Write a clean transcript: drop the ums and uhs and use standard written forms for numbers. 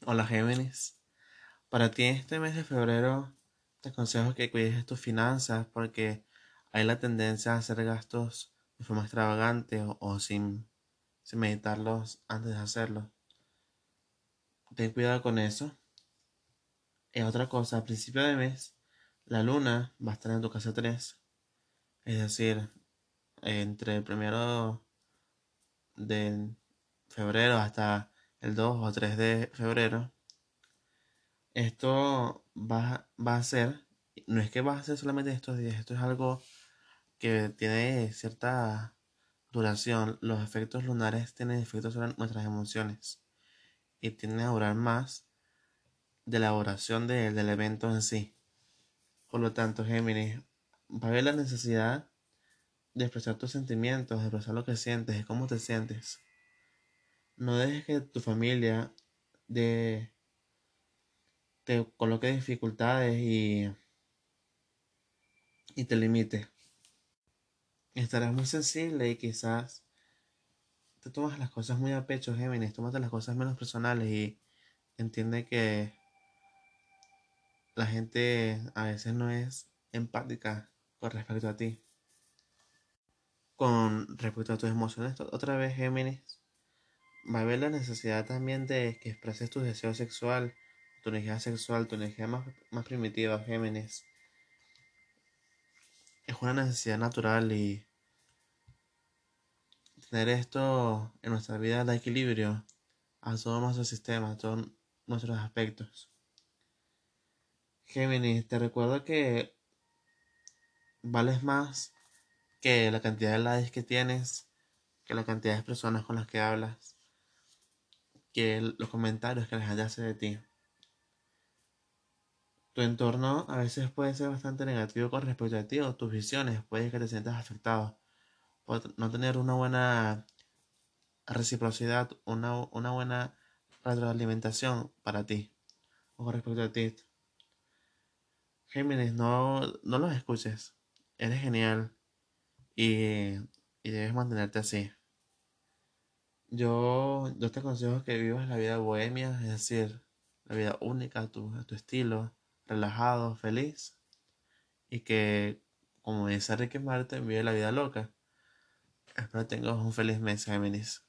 Hola Géminis. Para ti este mes de febrero te aconsejo que cuides tus finanzas porque hay la tendencia a hacer gastos de forma extravagante o sin meditarlos antes de hacerlos. Ten cuidado con eso. Y otra cosa, a principio de mes, la luna va a estar en tu casa 3, es decir, entre el primero de febrero hasta el 2 o 3 de febrero. Esto va a ser, no es que va a ser solamente estos días, esto es algo que tiene cierta duración. Los efectos lunares tienen efectos sobre nuestras emociones y tienden a durar más de la duración del evento en sí. Por lo tanto, Géminis, va a haber la necesidad de expresar tus sentimientos, de expresar lo que sientes, de cómo te sientes. No dejes que tu familia de, te coloque dificultades y te limite. Estarás muy sensible y quizás te tomas las cosas muy a pecho, Géminis. Tómate las cosas menos personales y entiende que la gente a veces no es empática con respecto a ti. Con respecto a tus emociones, otra vez, Géminis, va a haber la necesidad también de que expreses tu deseo sexual, tu energía más primitiva, Géminis. Es una necesidad natural y tener esto en nuestra vida da equilibrio a todo nuestro sistema, a todos nuestros aspectos. Géminis, te recuerdo que vales más que la cantidad de likes que tienes, que la cantidad de personas con las que hablas, que los comentarios que la gente hace de ti. Tu entorno a veces puede ser bastante negativo con respecto a ti o tus visiones, puede que te sientas afectado por no tener una buena reciprocidad, una buena retroalimentación para ti o con respecto a ti. Géminis, no los escuches. Eres genial y, y debes mantenerte así. Yo te aconsejo que vivas la vida bohemia, es decir, la vida única a tu estilo, relajado, feliz, y que, como dice Ricky Martin, vive la vida loca. Espero que tengas un feliz mes, Géminis.